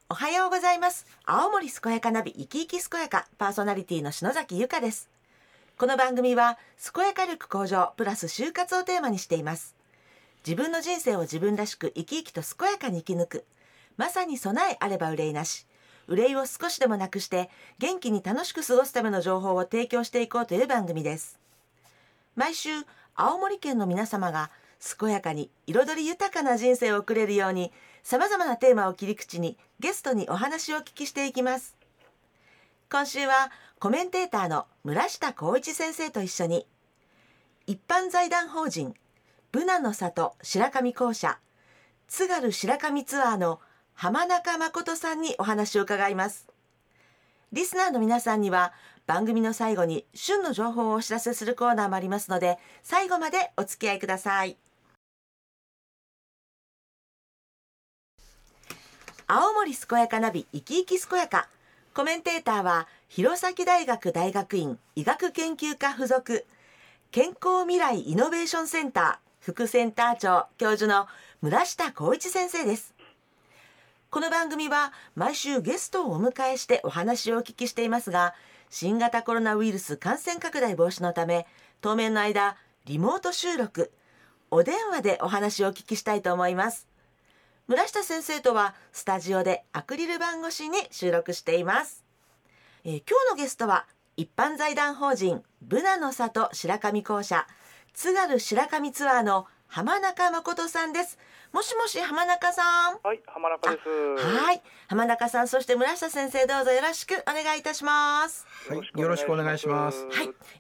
おはようございます。青森健やかナビ生き生き健やかパーソナリティの篠崎由香です。この番組は健やか力向上プラス就活をテーマにしています。自分の人生を自分らしく生き生きと健やかに生き抜く、まさに備えあれば憂いなし、憂いを少しでもなくして元気に楽しく過ごすための情報を提供していこうという番組です。毎週青森県の皆様が健やかに彩り豊かな人生を送れるように、さまざまなテーマを切り口にゲストにお話をお聞きしていきます。今週はコメンテーターの村下孝一先生と一緒に、一般財団法人ブナの里白神校舎津軽白神ツアーの浜中誠さんにお話を伺います。リスナーの皆さんには番組の最後に旬の情報をお知らせするコーナーもありますので、最後までお付き合いください。青森健やかナビ生き生き健やか、コメンテーターは弘前大学大学院医学研究科附属健康未来イノベーションセンター副センター長教授の村下孝一先生です。この番組は毎週ゲストをお迎えしてお話をお聞きしていますが、新型コロナウイルス感染拡大防止のため当面の間リモート収録、お電話でお話をお聞きしたいと思います。村下先生とはスタジオでアクリル板越しに収録しています。今日のゲストは一般財団法人ブナの里白神校舎津軽白神ツアーの浜中誠さんです。もしもし浜中さん。 はい、浜中です。 はい、浜中さん、そして村下先生、どうぞよろしくお願いいたします。 はい、よろしくお願いします。 はい、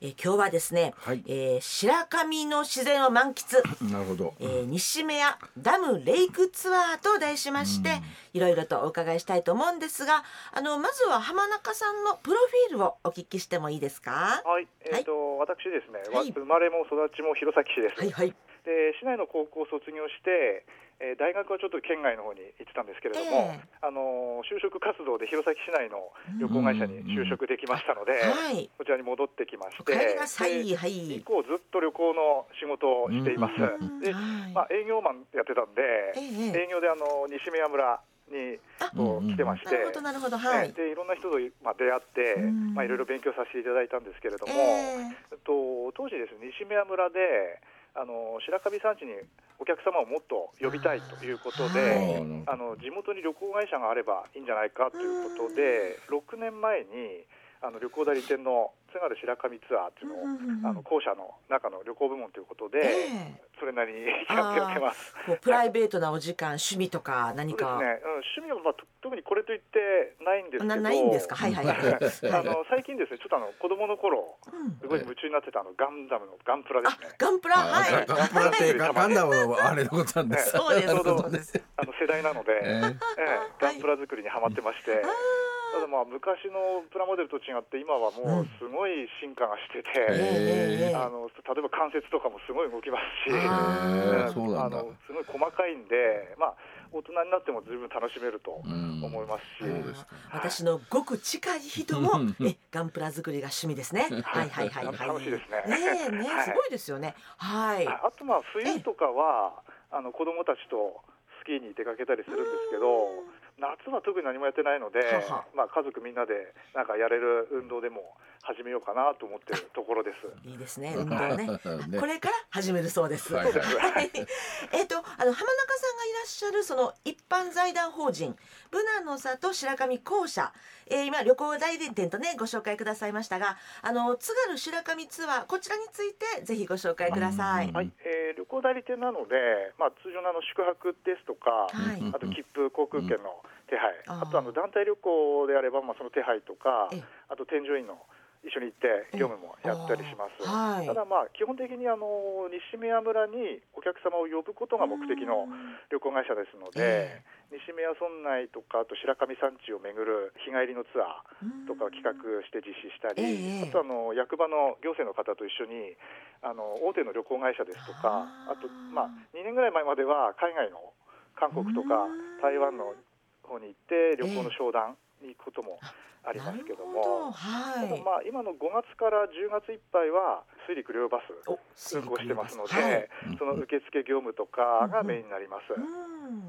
今日はですね、 はい、 白神の自然を満喫なるほど、 西目屋ダムレイクツアーと題しまして、いろいろとお伺いしたいと思うんですが、まずは浜中さんのプロフィールをお聞きしてもいいですか？ はい、私ですね、生まれも育ちも弘前市です。 はいはい。 で、市内の高校を卒業して大学はちょっと県外の方に行ってたんですけれども、就職活動で弘前市内の旅行会社に就職できましたので、こちらに戻ってきまして、以降ずっと旅行の仕事をしています。で、営業マンやってたんで、営業で西目屋村に来てまして、でいろんな人と出会って、いろいろ勉強させていただいたんですけれども、当時ですね、西目屋村で白神山地にお客様をもっと呼びたいということで、地元に旅行会社があればいいんじゃないかということで、6年前に旅行代理店の津軽白神ツアーっていうのを校舎の中の旅行部門ということで、それなりにやってます。 プライベートなお時間、趣味とか何か。 そうですね、趣味は特にこれといってないんですけど、 ないんですか？はいはいはい。 最近ですね、ちょっと子供の頃すごい夢中になってたガンダムのガンプラですね。 ガンプラ、はい。 ガンプラってガンダムのあれのことなんです。 そうです。 ちょうど世代なので、ガンプラ作りにハマってまして。ただ昔のプラモデルと違って今はもうすごい進化がしてて、例えば関節とかもすごい動きますし、すごい細かいんで、大人になっても十分楽しめると思いますし、 私のごく近い人もガンプラ作りが趣味ですね。はいはいはいはい。 楽しいですね。 すごいですよね。はい。 あと冬とかは子供たちとスキーに出かけたりするんですけど、夏は特に何もやってないので、家族みんなでなんかやれる運動でも始めようかなと思っているところです。 いいですね、運動ね。これから始めるそうです。浜中さんがいらっしゃるその一般財団法人ブナの里白神校舎、今旅行代理店とねご紹介くださいましたが、津軽白神ツアー、こちらについてぜひご紹介ください。 はい、旅行代理店なので、通常の宿泊ですとか、あと切符航空券の手配、あと団体旅行であればその手配とか、あと添乗員の一緒に行って業務もやったりします。ただ基本的に西目屋村にお客様を呼ぶことが目的の旅行会社ですので、西目屋村内とかあと白神山地を巡る日帰りのツアーとかを企画して実施したり、あと役場の行政の方と一緒に大手の旅行会社ですとか、あと2年ぐらい前までは海外の韓国とか台湾の方に行って旅行の商談に行くこともありますけども、今の5月から10月いっぱいは水陸両バス運行してますので、その受付業務とかがメインになります。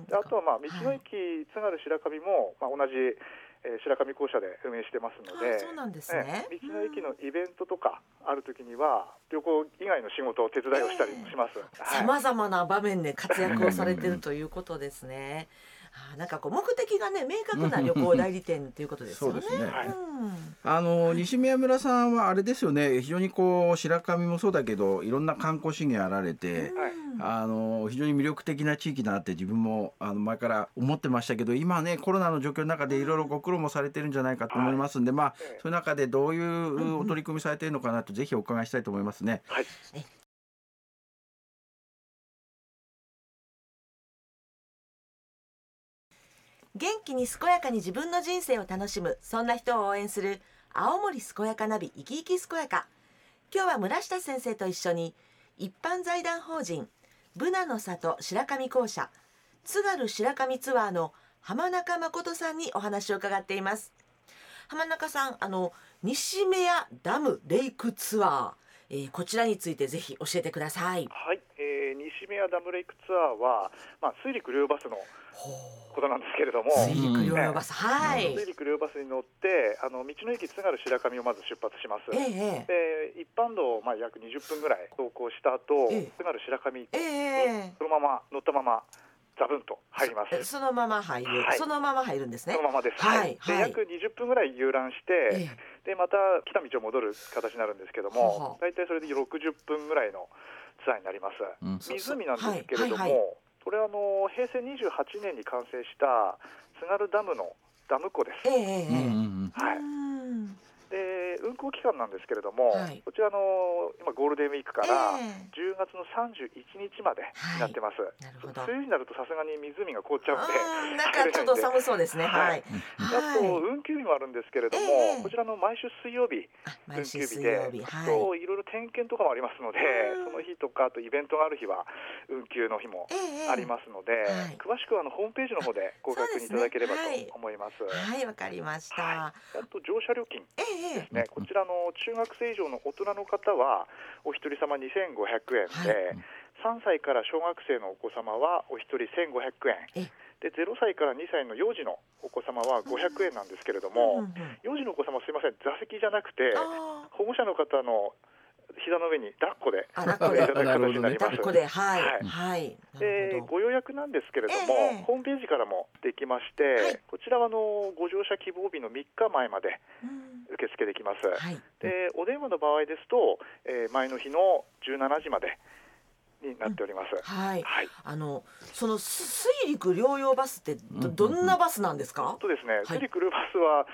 あとは道の駅津軽白神も、同じ白神校舎で運営してますので、 そうなんですね。 道の駅のイベントとかあるときには旅行以外の仕事を手伝いをしたりもします。 さまざまな場面で活躍をされているということですね。なんかこう目的がね明確な旅行代理店ということですよね。 そうですね。西宮村さんはあれですよね。非常にこう白神もそうだけどいろんな観光資源あられて、非常に魅力的な地域だなって自分も前から思ってましたけど、今ねコロナの状況の中でいろいろご苦労もされてるんじゃないかと思いますんで、そういう中でどういうお取り組みされているのかなとぜひお伺いしたいと思いますね。 はい。 元気に健やかに自分の人生を楽しむ、そんな人を応援する青森健やかナビ生き生き健やか。今日は村下先生と一緒に一般財団法人ブナの里白神校舎津軽白神ツアーの浜中誠さんにお話を伺っています。浜中さん、西目屋ダムレイクツアー、こちらについてぜひ教えてください。 はい、西目屋ダムレイクツアーは、水陸両バスのことなんですけれども、 水陸両用バス、 水陸両バスに乗って道の駅津軽白神をまず出発します。で一般道を約20分ぐらい走行した後、津軽白神にそのまま乗ったままザブンと入ります。 そのまま入る、そのまま入るんですね。 そのままです。で約20分ぐらい遊覧して、でまた来た道を戻る形になるんですけども、大体それで60分ぐらいのツアーになります。湖なんですけれども、これは平成28年に完成した津軽ダムのダム湖です。で運行期間なんですけれども、こちら今ゴールデンウィークから10月の31日までになってます。梅雨になるとさすがに湖が凍っちゃうので、 なんかちょっと寒そうですね。あと運休日もあるんですけれども、こちらの毎週水曜日運休日で、いろいろ点検とかもありますので、その日とかあとイベントがある日は運休の日もありますので、詳しくはホームページの方でご確認いただければと思います。 はい、わかりました。 あと乗車料金ですね。こちらの中学生以上の大人の方はお一人様2500円で、3歳から小学生のお子様はお一人1500円で、0歳から2歳の幼児のお子様は500円なんですけれども、幼児のお子様すいません、座席じゃなくて保護者の方の膝の上に抱っこでいただく形になります。でご予約なんですけれども、ホームページからもできまして、こちらはご乗車希望日の3日前まで受付できます。でお電話の場合ですと、前の日の17時までになっております。 その水陸両用バスってどんなバスなんですか？ そうですね、水陸両バスは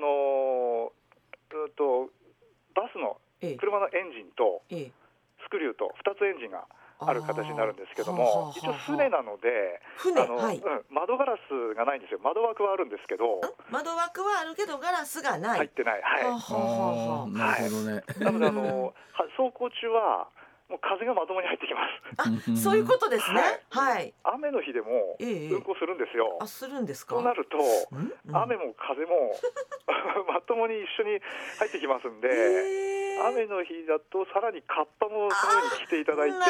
バスの車のエンジンとスクリューと2つエンジンがある形になるんですけども、一応船なので窓ガラスがないんですよ。窓枠はあるんですけど、 窓枠はあるけどガラスがない、 入ってない。 なるほどね。 なので走行中はもう風がまともに入ってきます。 そういうことですね。 雨の日でも運行するんですよ。 するんですか？ となると雨も風もまともに一緒に入ってきますんで、雨の日だとさらにカッパもそのように着ていただいて、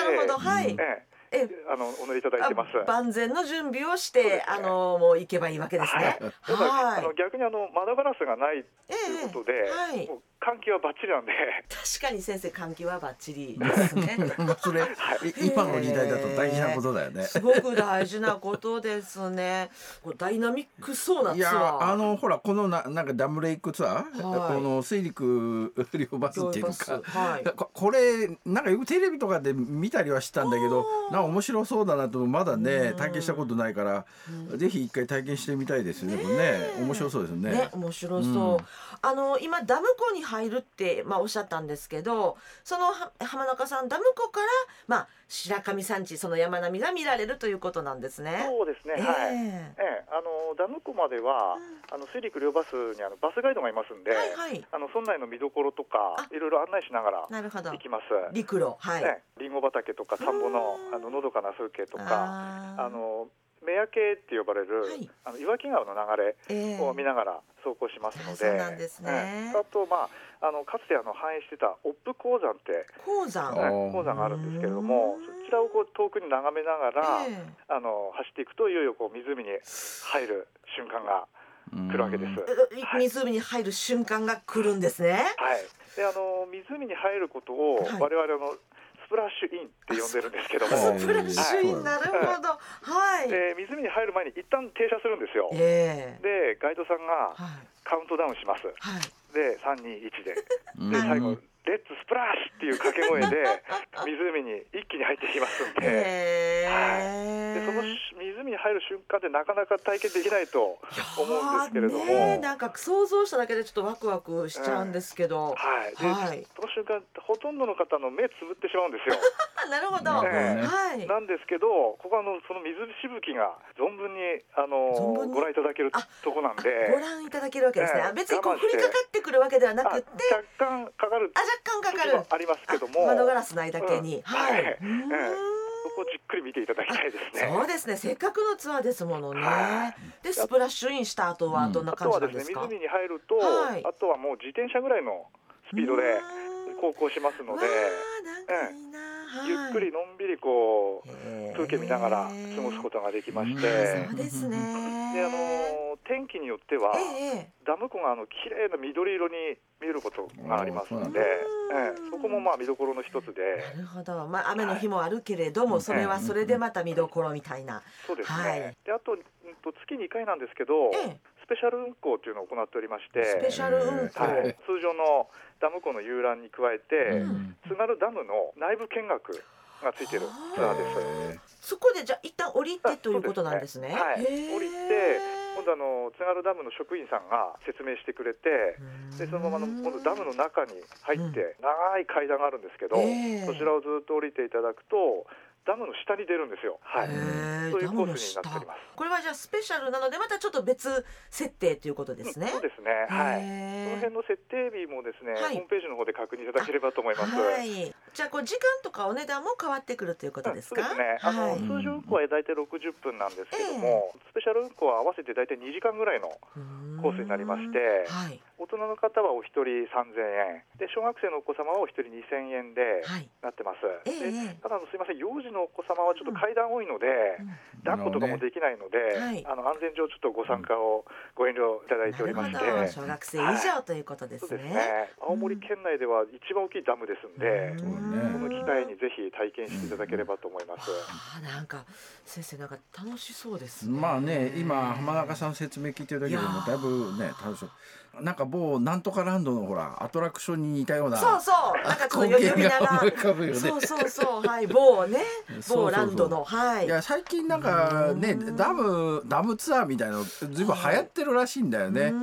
お乗りいただいてます。 万全の準備をしてもう行けばいいわけですね。 逆に窓ガラスがないということで、換気はバッチリなんで。 確かに先生、換気はバッチリですね。 それ今の時代だと大事なことだよね。 すごく大事なことですね。ダイナミックそうなツアー。 ほらこのなんかダムレイクツアー、この水陸両バスっていうか、これなんかよくテレビとかで見たりはしたんだけど、なんか面白そうだなと。まだね体験したことないから、ぜひ一回体験してみたいですね。これね面白そうですね。 面白そう。今ダム湖に入るっておっしゃったんですけど、その浜中さんダム湖から白神山地、その山並みが見られるということなんですね。 そうですね。ダム湖までは水陸両バスにバスガイドがいますんで、村内の見どころとかいろいろ案内しながら行きます。 陸路、 りんご畑とか田んぼののどかな風景とか、 目焼けって呼ばれる、岩木川の流れを見ながら走行しますので、 そうなんですね。 あと、かつて繁栄してたオップ鉱山って鉱山があるんですけれども、そちらを遠くに眺めながら、走っていくといよいよ湖に入る瞬間が来るわけです。 湖に入る瞬間が来るんですね。 はい。で湖に入ることを我々スプラッシュインって呼んでるんですけども、 スプラッシュイン、なるほど。はい。 湖に入る前に一旦停車するんですよ。でガイドさんがカウントダウンします。で3、2、1で、最後レッツスプラッシュっていう掛け声で湖に一気に入ってきますんで、でその湖に入る瞬間でなかなか体験できないと思うんですけれども、 なんか想像しただけでちょっとワクワクしちゃうんですけど、 その瞬間ほとんどの方の目つぶってしまうんですよ。 なるほど。 なんですけど、ここはその水しぶきが存分にご覧いただけるとこなんで、 ご覧いただけるわけですね。別に降りかかってくるわけではなくて、 若干かかるありますけども、 窓ガラスの間だけに、 そこをじっくり見ていただきたいですね。 そうですね、せっかくのツアーですものね。でスプラッシュインした後はどんな感じなんですか？ あとはですね、湖に入ると、あとはもう自転車ぐらいのスピードで航行しますので、ゆっくりのんびり風景見ながら過ごすことができまして、 そうですね。 で天気によってはダム湖が綺麗な緑色に見えることがありますので、そこも見どころの一つで。 なるほど。雨の日もあるけれども、それはそれでまた見どころみたいな。 そうですね。であと月2回なんですけど、スペシャル運行というのを行っておりまして、 スペシャル運行、 通常のダム湖の遊覧に加えて、津軽ダムの内部見学がついているツアーです。 そこでじゃあ一旦降りてということなんですね。 降りて、今度津軽ダムの職員さんが説明してくれて、でそのまま今度ダムの中に入って長い階段があるんですけど、そちらをずっと降りていただくとダムの下に出るんですよ。そういうコースになっております。 これはじゃあスペシャルなのでまたちょっと別設定ということですね。 そうですね。その辺の設定日もですね、ホームページの方で確認いただければと思います。 じゃあ時間とかお値段も変わってくるということですか？ そうですね。通常運行は大体60分なんですけども、スペシャル運行は合わせて大体2時間ぐらいのコースになりまして、大人の方はお一人3000円で、小学生のお子様はお一人2000円でなってます。ただすいません、幼児のお子様はちょっと階段多いので、抱っことかもできないので、安全上ちょっとご参加をご遠慮いただいておりまして、 小学生以上ということですね。 そうですね。青森県内では一番大きいダムですんで、この機会にぜひ体験していただければと思います。 なんか先生、なんか楽しそうですね。今浜中さん説明聞いてるだけでもだいぶね楽しそう。なんか某なんとかランドのほらアトラクションに似たような、 なんかちょっと呼び名が某ランドの、いや最近なんかねダムツアーみたいなのずいぶん流行ってるらしいんだよね。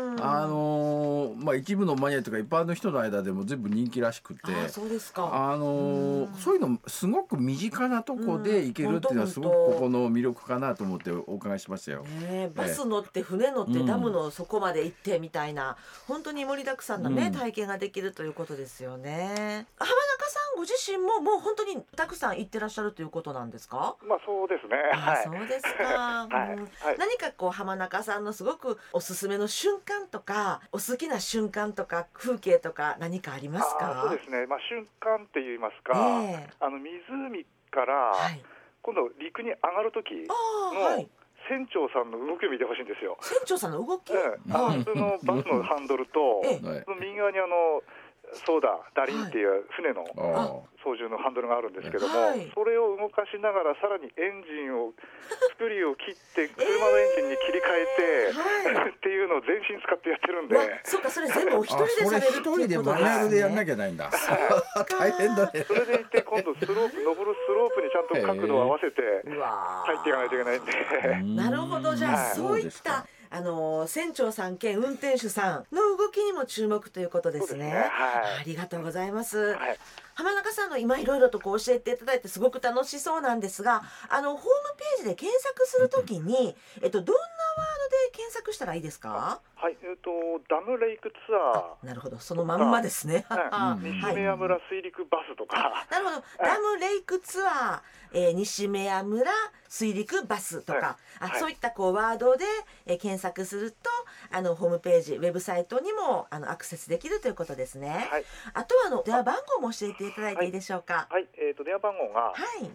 一部のマニアとか一般の人の間でもずいぶん人気らしくて、 そうですか。 そういうのすごく身近なとこで行けるっていうのはすごくここの魅力かなと思ってお伺いしましたよ。 バス乗って船乗ってダムの底まで行ってみたいな、本当に盛りだくさんな体験ができるということですよね。浜中さんご自身ももう本当にたくさん行ってらっしゃるということなんですか？ そうですね。 そうですか。何か浜中さんのすごくおすすめの瞬間とか、お好きな瞬間とか風景とか何かありますか？ そうですね。瞬間って言いますか、湖から今度陸に上がる時の船長さんの動きを見てほしいんですよ。 船長さんの動き？ 普通のバスのハンドルと、右側にソーダダリンっていう船の操縦のハンドルがあるんですけども、それを動かしながらさらにエンジンをスクリューを切って車のエンジンに切り替えてっていうのを全身使ってやってるんで。 そうか、それ全部お一人でされるっていうことですね。 一人でマニュアルでやんなきゃないんだ。大変だね。 それでいて今度登るスロープにちゃんと角度を合わせて入っていかないといけないんで。 なるほど。じゃあそういった船長さん兼運転手さんの動きにも注目ということですね。ありがとうございます。浜中さんの今いろいろと教えていただいてすごく楽しそうなんですが、ホームページで検索するときに、どんなドで検索したらいいですか？ はい、ダムレイクツアー。なるほど、そのまんまですね。 西目屋村水陸バスとか。 なるほど、ダムレイクツアー、西目屋村水陸バスとか、そういったワードで、検索するとホームページ、ウェブサイトにもアクセスできるということですね。はい、あとは電話番号も教えていただいていいでしょうか？ はい、電話番号が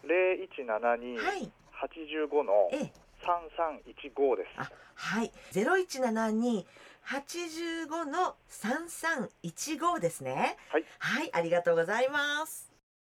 0172-85の3315です。 はい、0172-85の3315ですね。はい、はい、ありがとうございます。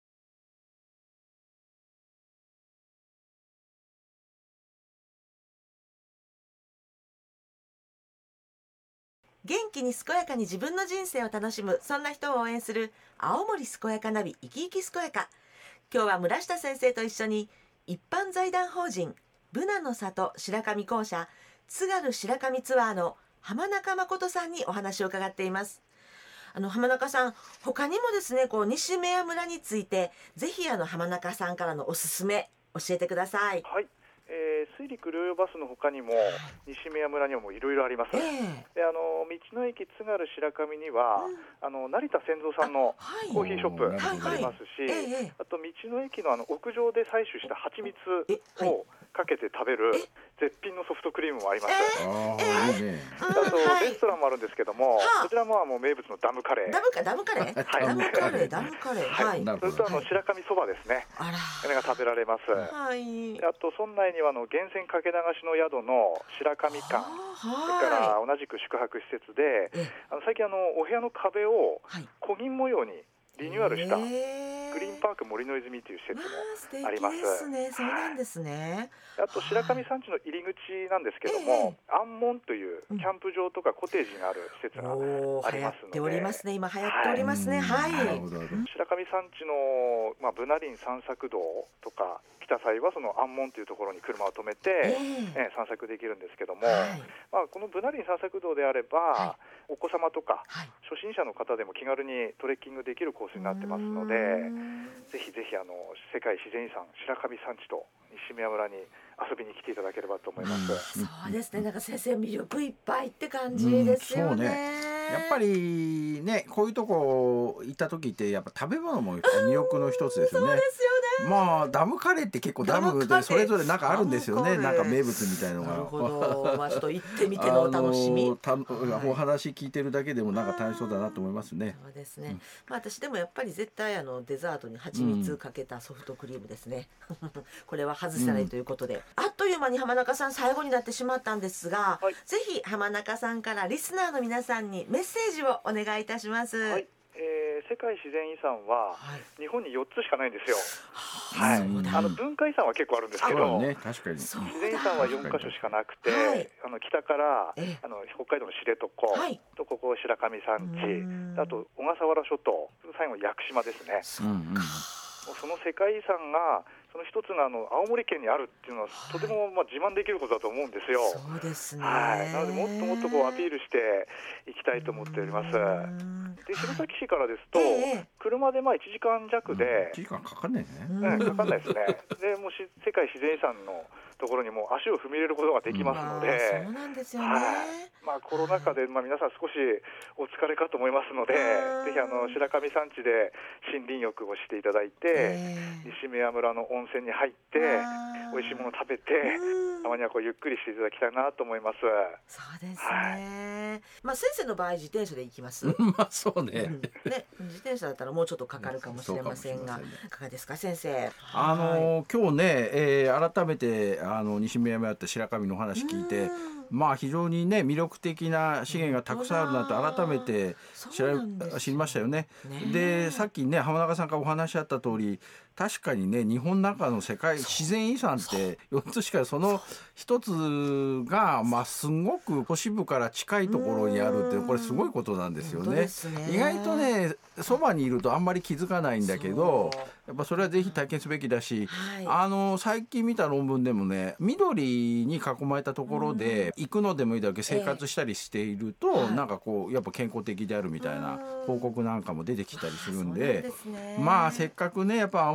元気に健やかに自分の人生を楽しむ、そんな人を応援する青森健やかナビ、生き生き健やか。今日は村下先生と一緒に一般財団法人ブナの里白神校舎津軽白神ツアーの浜中誠さんにお話を伺っています。浜中さん、他にもですね、西目屋村についてぜひ浜中さんからのおすすめ教えてください。 はい、水陸両用バスの他にも西目屋村にはもういろいろあります。で道の駅津軽白神には、成田仙蔵さんのコーヒーショップありますし、あと道の駅の屋上で採取した蜂蜜をかけて食べる絶品のソフトクリームもあります。あとレストランもあるんですけども、こちらも名物のダムカレー。 ダムカレー。はい。 それと白神そばですね。これが食べられます。あと村内には源泉かけ流しの宿の白神館、それから同じく宿泊施設で、最近お部屋の壁を小銀模様にリニューアルしたグリーンパーク森の泉という施設もあります。 素敵ですね。そうなんですね。 あと白神山地の入り口なんですけども、安門というキャンプ場とかコテージがある施設がありますので、 流行っておりますね。今流行っておりますね。はい。 白神山地のブナ林散策道とか来た際はその安門というところに車を止めて散策できるんですけども、このブナ林散策道であればお子様とか初心者の方でも気軽にトレッキングできるコースになってますので、ぜひぜひ世界自然遺産白神山地と西目屋村に遊びに来ていただければと思います。 そうですね。なんか先生魅力いっぱいって感じですよね。 やっぱりね、こういうとこ行った時ってやっぱ食べ物も魅力の一つですよね。 そうですよね。 ダムカレーって結構ダムでそれぞれなんかあるんですよね。なんか名物みたいのが。 なるほど。ちょっと行ってみてのお楽しみ。 お話聞いてるだけでもなんか楽しそうだなと思いますね。 そうですね。私でもやっぱり絶対デザートに蜂蜜かけたソフトクリームですね。これは外せないということで、あっという間に浜中さん最後になってしまったんですが、ぜひ浜中さんからリスナーの皆さんにメッセージをお願いいたします。 世界自然遺産は日本に4つしかないんですよ。文化遺産は結構あるんですけど、 確かに自然遺産は4カ所しかなくて、北から北海道の知床とここ白神山地、あと小笠原諸島、最後屋久島ですね。その世界遺産がその一つが青森県にあるっていうのはとても自慢できることだと思うんですよ。 そうですね。 なのでもっともっとアピールしていきたいと思っております。で弘前市からですと、車で1時間弱で、 1時間かかんないね。 かかんないですね。でもう世界自然遺産のところにも足を踏み入れることができますので、 そうなんですよね。 コロナ禍で皆さん少しお疲れかと思いますので、ぜひ白神山地で森林浴をしていただいて、西目屋村の温泉に入って美味しいものを食べて、たまにはゆっくりしていただきたいなと思います。 そうですね。先生の場合自転車で行きます。 そうね。 自転車だったらもうちょっとかかるかもしれませんが、いかがですか先生。 今日ね、改めて西目屋村って白神のお話聞いて、非常にね魅力的な資源がたくさんあるなと改めて知りましたよね。でさっきね浜中さんからお話あった通り、確かにね日本の中の世界自然遺産って4つしか、その一つがすごく都市部から近いところにあるって、これすごいことなんですよね。意外とねそばにいるとあんまり気づかないんだけど、やっぱそれはぜひ体験すべきだし、最近見た論文でもね、緑に囲まれたところで行くのでもいいだけ生活したりしていると、なんかやっぱ健康的であるみたいな報告なんかも出てきたりするんで、せっかくねやっぱ青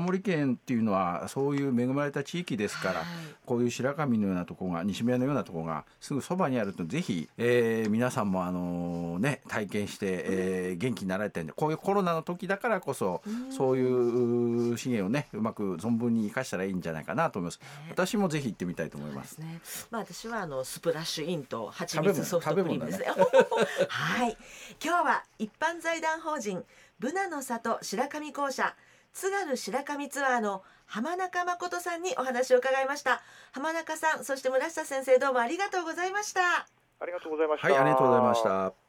森県っていうのはそういう恵まれた地域ですから、こういう白神のようなところが、西宮のようなところがすぐそばにあると、ぜひ、皆さんも体験して、元気になられてるんで、こういうコロナの時だからこそ、そういう資源をねうまく存分に生かしたらいいんじゃないかなと思います。私もぜひ行ってみたいと思います。 そうですね。私はスプラッシュインと蜂蜜ソフトクリームですね。はい。今日は一般財団法人ブナの里白神公社津軽白神ツアーの浜中誠さんにお話を伺いました。浜中さん、そして村下先生、どうもありがとうございました。 ありがとうございました。 はい、ありがとうございました。